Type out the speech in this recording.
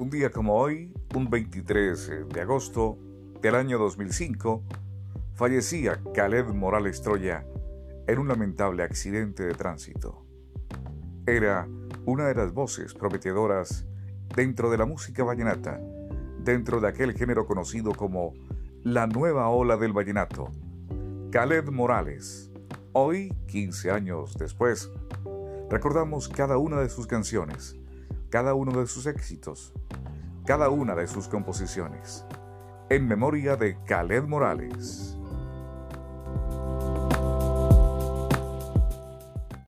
Un día como hoy, un 23 de agosto del año 2005, fallecía Kaleth Morales Troya en un lamentable accidente de tránsito. Era una de las voces prometedoras dentro de la música vallenata, dentro de aquel género conocido como la nueva ola del vallenato. Kaleth Morales, hoy, 15 años después, recordamos cada una de sus canciones, cada uno de sus éxitos, cada una de sus composiciones, en memoria de Kaleth Morales.